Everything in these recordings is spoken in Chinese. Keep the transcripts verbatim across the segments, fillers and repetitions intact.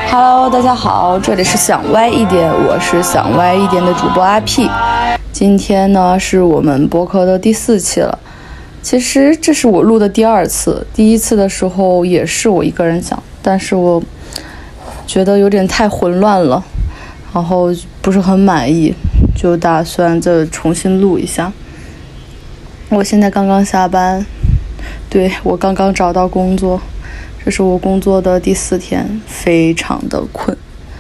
Hello， 大家好，这里是想歪一点，我是想歪一点的主播阿 P。今天呢是我们播客的第四期了。其实这是我录的第二次，第一次的时候也是我一个人讲，但是我觉得有点太混乱了，然后不是很满意，就打算再重新录一下。我现在刚刚下班，对，我刚刚找到工作，这是我工作的第四天，非常的困。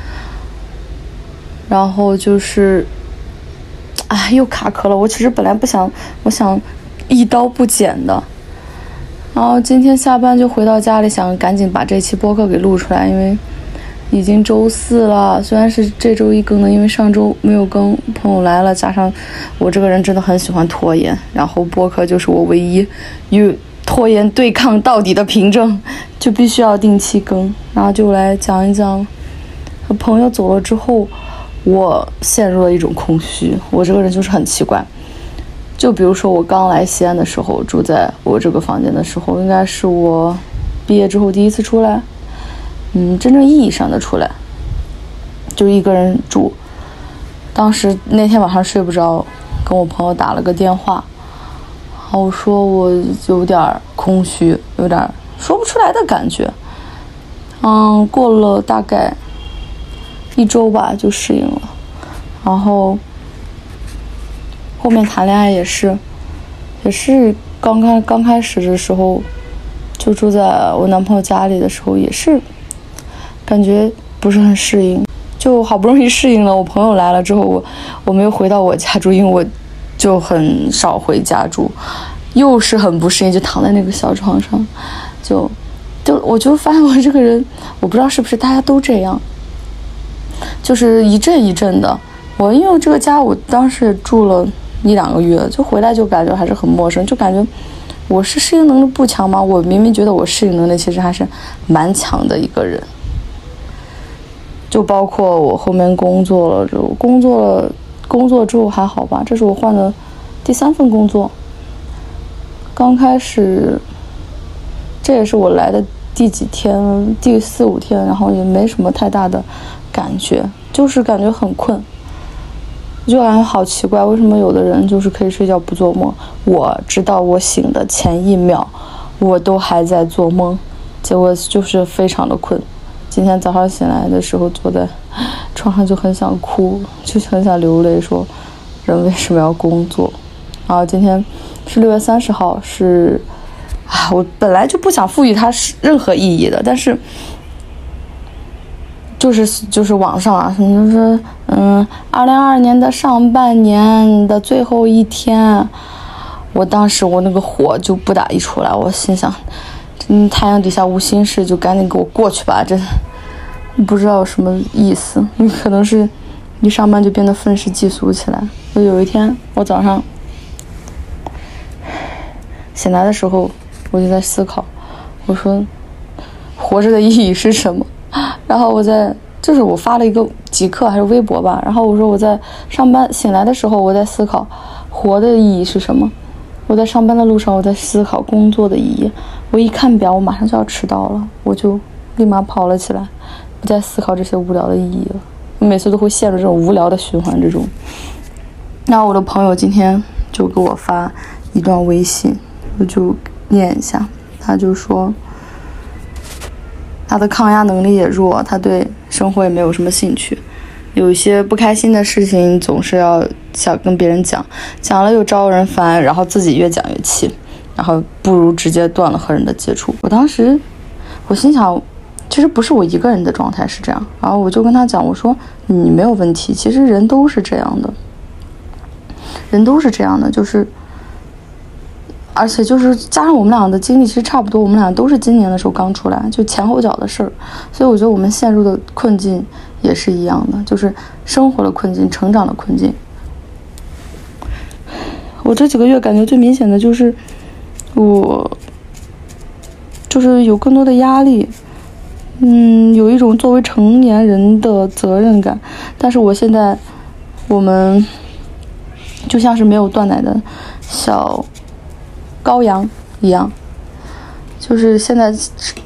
然后就是哎，又卡壳了。我其实本来不想，我想一刀不剪的。然后今天下班就回到家里，想赶紧把这期播客给录出来，因为已经周四了，虽然是这周一更的，因为上周没有更，朋友来了，加上我这个人真的很喜欢拖延，然后播客就是我唯一与拖延对抗到底的凭证，就必须要定期更。然后就来讲一讲和朋友走了之后我陷入了一种空虚。我这个人就是很奇怪，就比如说我刚来西安的时候，住在我这个房间的时候，应该是我毕业之后第一次出来，嗯，真正意义上的出来，就一个人住。当时那天晚上睡不着，跟我朋友打了个电话，然后我说我有点空虚，有点说不出来的感觉。嗯，过了大概一周吧就适应了。然后后面谈恋爱也是也是刚开刚开始的时候，就住在我男朋友家里的时候，也是感觉不是很适应，就好不容易适应了。我朋友来了之后，我我没有回到我家住，因为我就很少回家住，又是很不适应，就躺在那个小床上，就就我就发现我这个人，我不知道是不是大家都这样，就是一阵一阵的。我因为这个家我当时住了一两个月，就回来就感觉还是很陌生，就感觉我是适应能力不强吗？我明明觉得我适应能力其实还是蛮强的一个人。就包括我后面工作了，就工作了工作之后还好吧，这是我换的第三份工作。刚开始这也是我来的第几天，第四五天，然后也没什么太大的感觉，就是感觉很困，就感觉好奇怪，为什么有的人就是可以睡觉不做梦，我直到我醒的前一秒我都还在做梦，结果就是非常的困。今天早上醒来的时候坐在床上就很想哭，就很想流泪，说人为什么要工作。然后今天是六月三十号，是啊，我本来就不想赋予它任何意义的，但是就是就是网上啊，什么就是嗯，二零二二年的上半年的最后一天，我当时我那个火就不打一处来，我心想，嗯，太阳底下无心事，就赶紧给我过去吧，这不知道有什么意思，可能是一上班就变得愤世嫉俗起来。就有一天我早上醒来的时候，我就在思考，我说活着的意义是什么。然后我在就是我发了一个极客还是微博吧，然后我说我在上班醒来的时候，我在思考活的意义是什么。我在上班的路上，我在思考工作的意义。我一看表，我马上就要迟到了，我就立马跑了起来，不再思考这些无聊的意义了。我每次都会陷入这种无聊的循环之中。然后我的朋友今天就给我发一段微信，我就念一下。他就说他的抗压能力也弱，他对生活也没有什么兴趣，有一些不开心的事情总是要想跟别人讲，讲了又招人烦，然后自己越讲越气，然后不如直接断了和人的接触。我当时我心想，其实不是我一个人的状态是这样，然后我就跟他讲，我说你没有问题，其实人都是这样的，人都是这样的，就是而且就是加上我们俩的经历其实差不多，我们俩都是今年的时候刚出来，就前后脚的事儿，所以我觉得我们陷入的困境也是一样的，就是生活的困境，成长的困境。我这几个月感觉最明显的就是我就是有更多的压力，嗯，有一种作为成年人的责任感，但是我现在我们就像是没有断奶的小羔羊一样，就是现在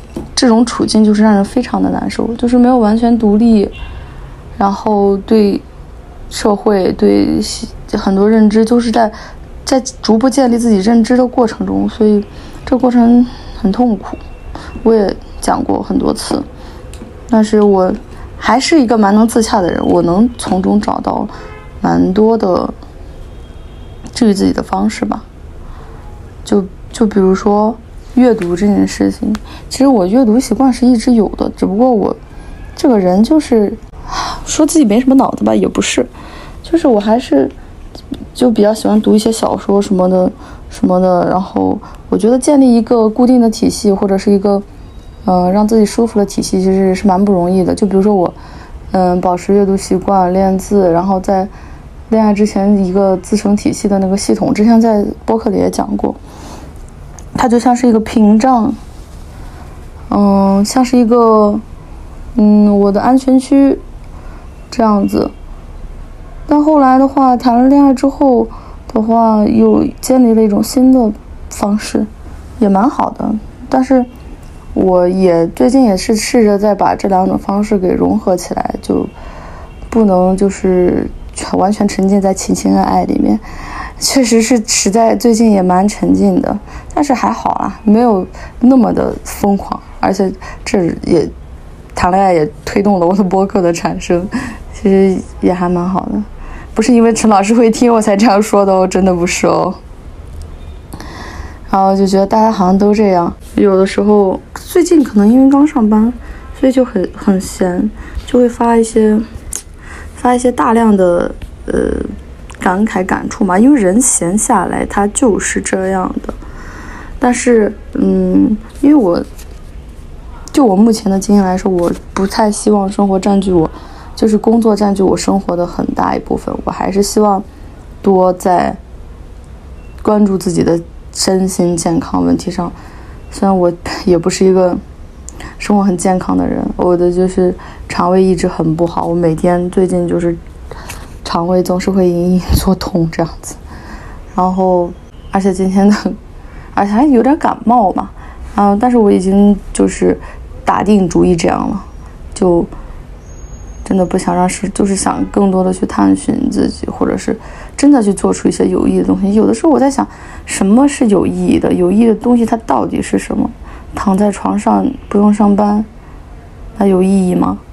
这种处境就是让人非常的难受，就是没有完全独立，然后对社会对很多认知就是在在逐步建立自己认知的过程中，所以这个过程很痛苦，我也讲过很多次，但是我还是一个蛮能自洽的人，我能从中找到蛮多的治愈自己的方式吧。就就比如说阅读这件事情，其实我阅读习惯是一直有的，只不过我这个人就是说自己没什么脑子吧，也不是，就是我还是就比较喜欢读一些小说什么的什么的，然后我觉得建立一个固定的体系或者是一个呃让自己舒服的体系，其实是蛮不容易的。就比如说我嗯、呃、保持阅读习惯，练字，然后在恋爱之前一个自成体系的那个系统，之前在播客里也讲过，它就像是一个屏障，嗯，像是一个嗯我的安全区这样子。但后来的话，谈了恋爱之后的话，又建立了一种新的方式，也蛮好的。但是我也最近也是试着再把这两种方式给融合起来，就不能就是完全沉浸在情情爱爱里面。确实是实在最近也蛮沉浸的，但是还好啦，没有那么的疯狂，而且这也谈恋爱也推动了我的播客的产生，其实也还蛮好的。不是因为陈老师会听我才这样说的哦，真的不是哦。然后就觉得大家好像都这样，有的时候最近可能因为刚上班，所以就很很闲，就会发一些发一些大量的呃感慨感触嘛，因为人闲下来他就是这样的。但是嗯，因为我就我目前的经验来说，我不太希望生活占据我，就是工作占据我生活的很大一部分，我还是希望多在关注自己的身心健康问题上。虽然我也不是一个生活很健康的人，我的就是肠胃一直很不好，我每天最近就是肠胃总是会隐隐作痛这样子，然后而且今天的而且还有点感冒嘛，嗯，但是我已经就是打定主意这样了，就真的不想让是就是想更多的去探寻自己，或者是真的去做出一些有意义的东西。有的时候我在想，什么是有意义的？有意义的东西它到底是什么？躺在床上不用上班，它有意义吗？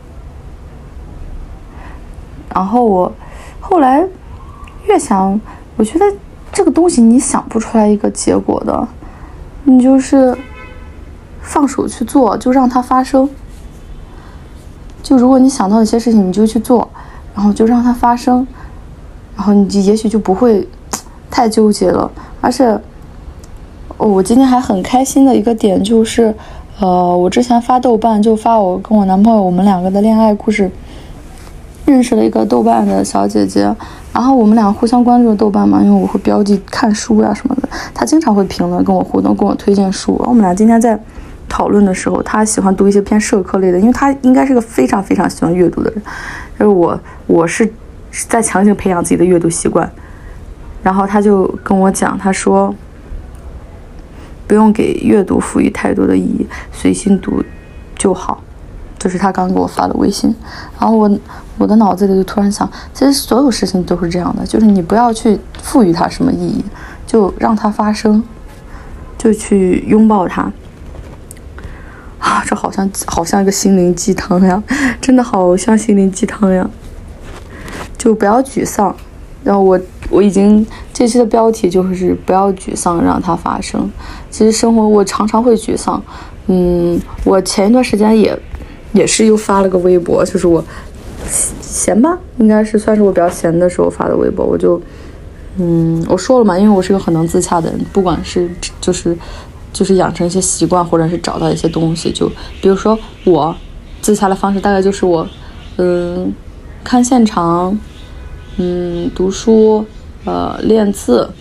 然后我后来越想，我觉得这个东西你想不出来一个结果的，你就是放手去做，就让它发生。就如果你想到一些事情，你就去做，然后就让它发生，然后你就也许就不会太纠结了。而且、哦、我今天还很开心的一个点就是，呃，我之前发豆瓣就发我跟我男朋友我们两个的恋爱故事，认识了一个豆瓣的小姐姐，然后我们俩互相关注豆瓣嘛，因为我会标记看书呀、啊、什么的，她经常会评论跟我互动，跟我推荐书。然后我们俩今天在讨论的时候，他喜欢读一些偏社科类的，因为他应该是个非常非常喜欢阅读的人，而我我是在强行培养自己的阅读习惯。然后他就跟我讲，他说不用给阅读赋予太多的意义，随心读就好。这是他刚给我发的微信。然后我我的脑子里就突然想，其实所有事情都是这样的，就是你不要去赋予它什么意义，就让它发生，就去拥抱它。啊，这好像好像一个心灵鸡汤呀，真的好像心灵鸡汤呀。就不要沮丧，然后我我已经这期的标题就是不要沮丧，让它发生。其实生活我常常会沮丧，嗯，我前一段时间也也是又发了个微博，就是我闲吧，应该是算是我比较闲的时候发的微博，我就嗯我说了嘛，因为我是个很能自洽的人，不管是就是就是养成一些习惯，或者是找到一些东西，就比如说我自洽的方式大概就是我嗯看现场，嗯读书，呃练字，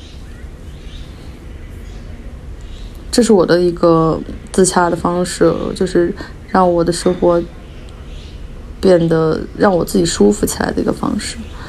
这是我的一个自洽的方式，就是让我的生活变得让我自己舒服起来的一个方式。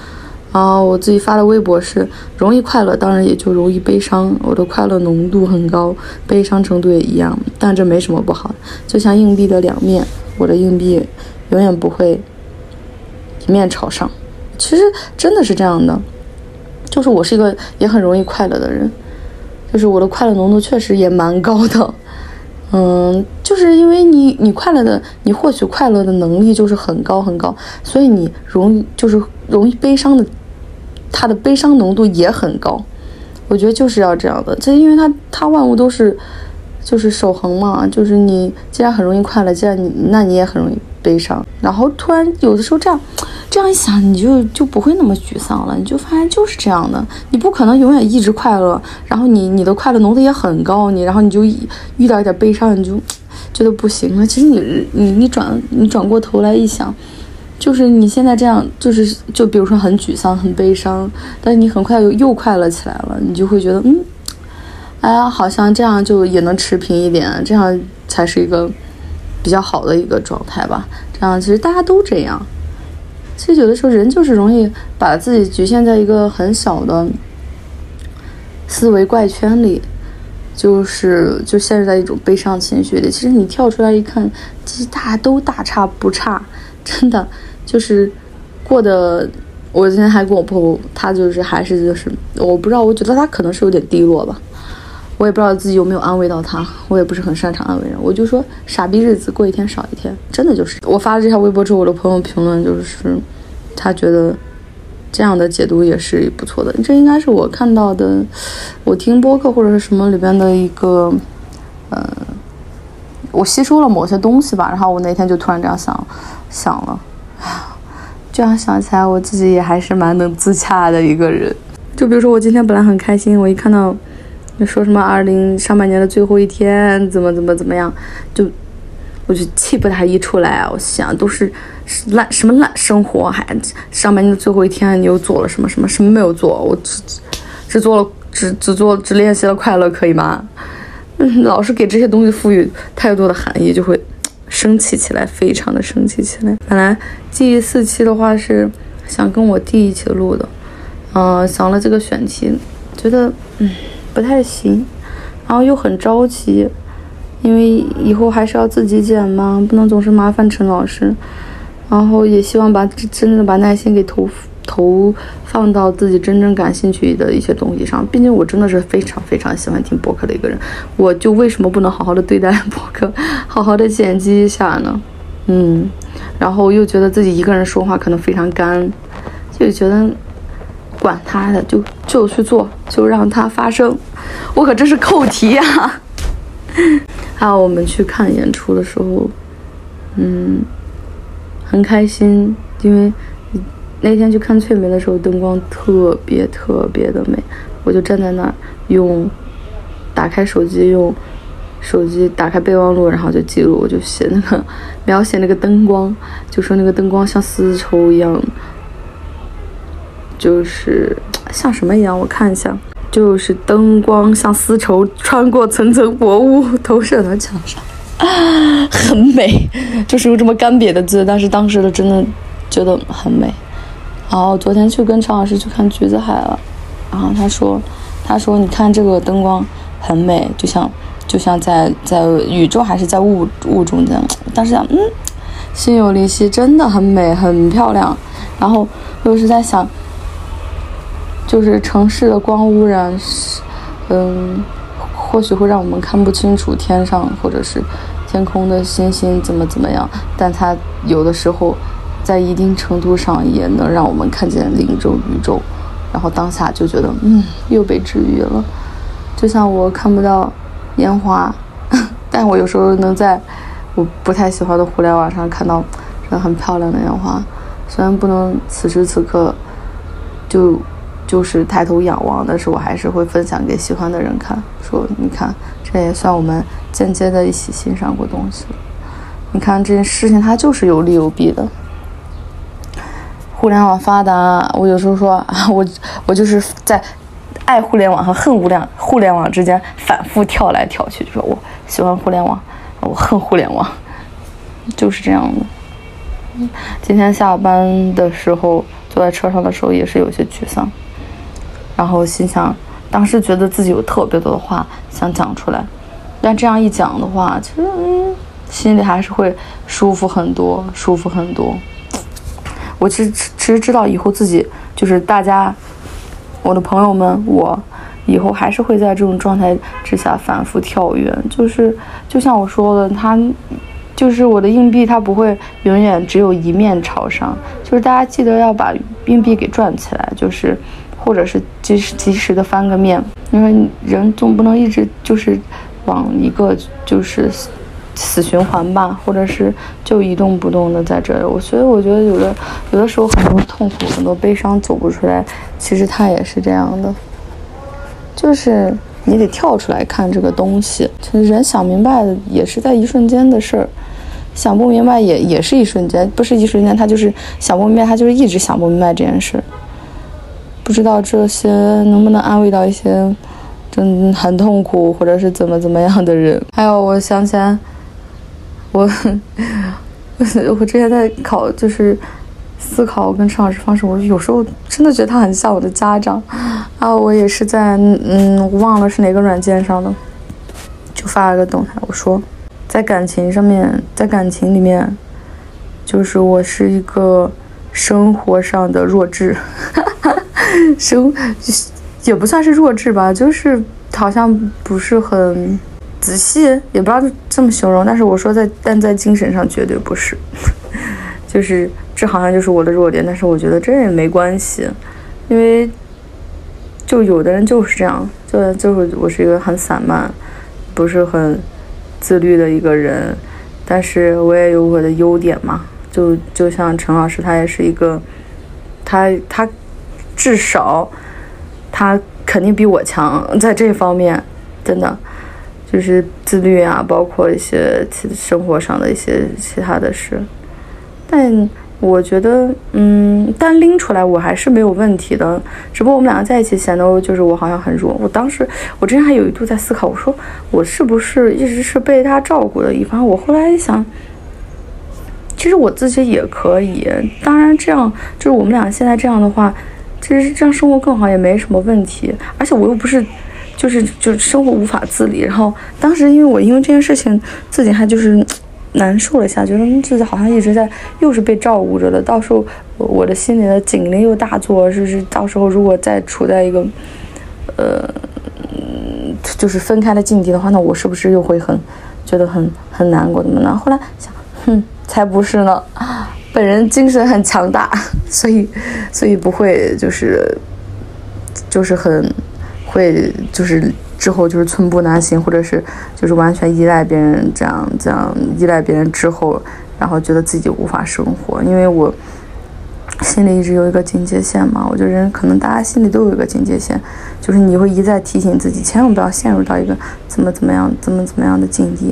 然后我自己发的微博是容易快乐，当然也就容易悲伤。我的快乐浓度很高，悲伤程度也一样，但这没什么不好。就像硬币的两面，我的硬币永远不会一面朝上。其实真的是这样的，就是我是一个也很容易快乐的人，就是我的快乐浓度确实也蛮高的。嗯，就是因为你你快乐的，你获取快乐的能力就是很高很高，所以你容易就是容易悲伤的，它的悲伤浓度也很高。我觉得就是要这样的，这因为它它万物都是就是守恒嘛，就是你既然很容易快乐，既然你那你也很容易悲伤。然后突然有的时候这样这样一想，你就就不会那么沮丧了，你就发现就是这样的，你不可能永远一直快乐，然后你你的快乐浓度也很高，你然后你就遇到一点悲伤，你就觉得不行了。其实你你你转你转过头来一想，就是你现在这样，就是就比如说很沮丧很悲伤，但是你很快又又快乐起来了，你就会觉得嗯，哎呀，好像这样就也能持平一点，这样才是一个比较好的一个状态吧。这样其实大家都这样，其实有的时候人就是容易把自己局限在一个很小的思维怪圈里，就是就陷入在一种悲伤情绪里。其实你跳出来一看，其实大家都大差不差，真的就是过得。我今天还跟我婆婆，她就是还是就是我不知道，我觉得她可能是有点低落吧，我也不知道自己有没有安慰到她，我也不是很擅长安慰人，我就说傻逼日子过一天少一天，真的就是我发了这条微博之后，我的朋友评论就是他觉得这样的解读也是不错的，这应该是我看到的，我听播客或者是什么里边的一个呃，我吸收了某些东西吧，然后我那天就突然这样想想了，这样想起来我自己也还是蛮能自洽的一个人。就比如说我今天本来很开心，我一看到说什么二零上半年的最后一天怎么怎么怎么样，就我就气不打一处来啊！我想都是烂什么烂生活，还上半年的最后一天你又做了什么什么什么没有做，我只只做了只只做只练习了快乐，可以吗？嗯，老是给这些东西赋予太多的含义，就会生气起来，非常的生气起来。本来第四期的话是想跟我弟一起录的，呃，想了这个选题，觉得嗯不太行，然后又很着急，因为以后还是要自己剪嘛，不能总是麻烦陈老师。然后也希望把真正的把耐心给投投放到自己真正感兴趣的一些东西上。毕竟我真的是非常非常喜欢听播客的一个人，我就为什么不能好好的对待播客，好好的剪辑一下呢？嗯，然后又觉得自己一个人说话可能非常干，就觉得管他的，就就去做，就让它发生。我可真是扣题呀、啊！还有我们去看演出的时候，嗯，很开心，因为那天去看翠梅的时候，灯光特别特别的美，我就站在那儿用打开手机，用手机打开备忘录，然后就记录，我就写那个描写那个灯光，就说那个灯光像丝绸一样，就是像什么一样，我看一下。就是灯光像丝绸穿过层层薄雾投射到墙上，很美，就是用这么干瘪的字，但是当时的真的觉得很美。然后昨天去跟常老师去看橘子海了，然后他说他说你看这个灯光很美，就像就像在在宇宙还是在雾雾中这样，当时想嗯心有灵犀，真的很美很漂亮。然后我是在想，就是城市的光污染，嗯，或许会让我们看不清楚天上或者是天空的星星怎么怎么样，但它有的时候在一定程度上也能让我们看见另一种宇宙，然后当下就觉得嗯又被治愈了。就像我看不到烟花，但我有时候能在我不太喜欢的互联网上看到真的很漂亮的烟花，虽然不能此时此刻就就是抬头仰望，但是我还是会分享给喜欢的人看，说你看这也算我们间接的一起欣赏过东西了。你看这件事情它就是有利有弊的。互联网发达，我有时候说我我就是在爱互联网和恨互联互联网之间反复跳来跳去，就说我喜欢互联网，我恨互联网，就是这样的。今天下班的时候坐在车上的时候也是有些沮丧，然后心想，当时觉得自己有特别多的话想讲出来，但这样一讲的话，其实嗯，心里还是会舒服很多，舒服很多。我其实其实知道以后自己就是大家，我的朋友们，我以后还是会在这种状态之下反复跳跃，就是就像我说的，它就是我的硬币，它不会永远只有一面朝上，就是大家记得要把硬币给转起来，就是或者是及时及时的翻个面，因为人总不能一直就是往一个就是死循环吧，或者是就一动不动的在这儿。我所以我觉得有的有的时候很多痛苦很多悲伤走不出来，其实它也是这样的，就是你得跳出来看这个东西。其实人想明白的也是在一瞬间的事儿，想不明白也也是一瞬间，不是一瞬间，他就是想不明白，他就是一直想不明白这件事。不知道这些能不能安慰到一些真很痛苦或者是怎么怎么样的人。还有我想起来，我我之前在考就是思考跟陈老师方式，我有时候真的觉得他很像我的家长啊。我也是在嗯我忘了是哪个软件上的，就发了个动态，我说在感情上面，在感情里面，就是我是一个生活上的弱智生也不算是弱智吧，就是好像不是很仔细，也不知道这么形容，但是我说在但在精神上绝对不是就是这好像就是我的弱点，但是我觉得这也没关系，因为就有的人就是这样，就就是我是一个很散漫不是很自律的一个人，但是我也有我的优点嘛，就就像陈老师他也是一个，他他至少他肯定比我强在这方面，真的就是自律啊，包括一些生活上的一些其他的事。但我觉得嗯单拎出来我还是没有问题的，只不过我们两个在一起显得就是我好像很弱。我当时我之前还有一度在思考，我说我是不是一直是被他照顾的一方，我后来一想其实我自己也可以，当然这样就是我们俩现在这样的话，其实这样生活更好也没什么问题，而且我又不是就是就是生活无法自理。然后当时因为我因为这件事情自己还就是难受了一下，觉得自己好像一直在又是被照顾着的，到时候我的心里的警铃又大作，就是到时候如果再处在一个呃就是分开的境地的话，那我是不是又会很觉得很很难过怎么呢？后来想哼才不是呢，本人精神很强大，所以所以不会就是就是很会就是之后就是寸步难行，或者是就是完全依赖别人，这样这样依赖别人之后，然后觉得自己无法生活。因为我心里一直有一个警戒线嘛，我觉得人可能大家心里都有一个警戒线，就是你会一再提醒自己千万不要陷入到一个怎么怎么样怎么怎么样的境地。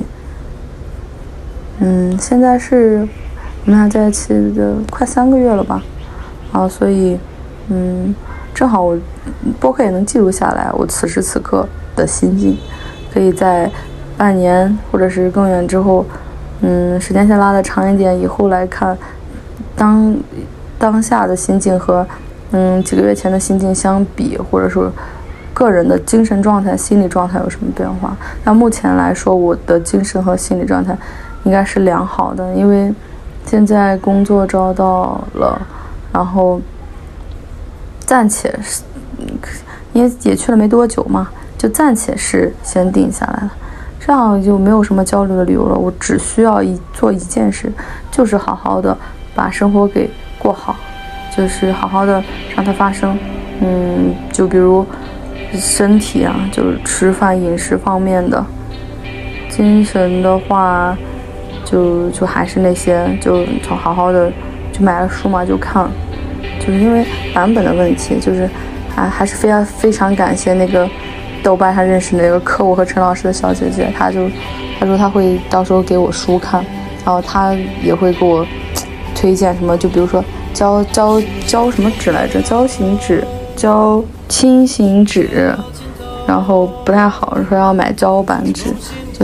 嗯，现在是我们俩在一起的快三个月了吧，啊，所以嗯正好我播客也能记录下来我此时此刻的心境，可以在半年或者是更远之后，嗯，时间线拉得长一点以后来看，当当下的心境和嗯几个月前的心境相比，或者说个人的精神状态、心理状态有什么变化？那目前来说，我的精神和心理状态应该是良好的，因为现在工作找到了，然后暂且是也也去了没多久嘛，就暂且是先定下来了，这样就没有什么焦虑的理由了。我只需要一做一件事，就是好好的把生活给过好，就是好好的让它发生。嗯，就比如身体啊，就是吃饭饮食方面的，精神的话就就还是那些，就就好好的就买了书嘛就看，就是因为版本的问题，就是还还是非常非常感谢那个豆瓣上认识那个克我和陈老师的小姐姐，她就她说她会到时候给我书看，然后她也会给我推荐什么，就比如说胶胶胶什么纸来着，胶形纸、胶轻型纸，然后不太好说要买胶板纸，就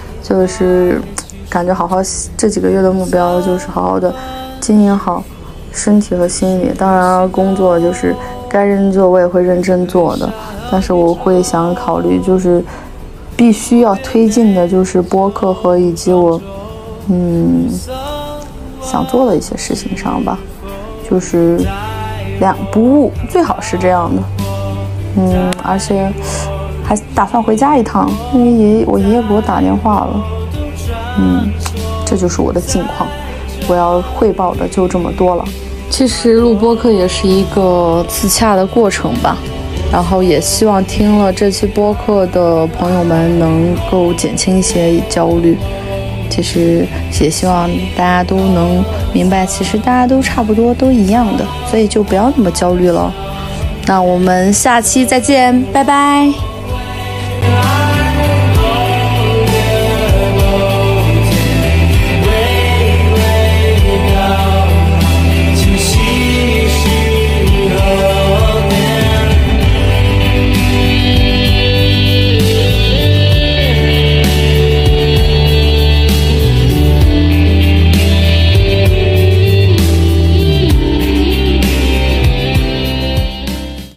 就是感觉好好这几个月的目标就是好好的经营好身体和心理。当然，工作就是该认真做，我也会认真做的。但是我会想考虑，就是必须要推进的，就是播客和以及我嗯想做的一些事情上吧，就是两不误，最好是这样的。嗯，而且还打算回家一趟，因为爷爷我爷爷给我打电话了。嗯，这就是我的近况，我要汇报的就这么多了。其实录播客也是一个自洽的过程吧，然后也希望听了这期播客的朋友们能够减轻一些焦虑。其实也希望大家都能明白，其实大家都差不多，都一样的，所以就不要那么焦虑了。那我们下期再见，拜拜。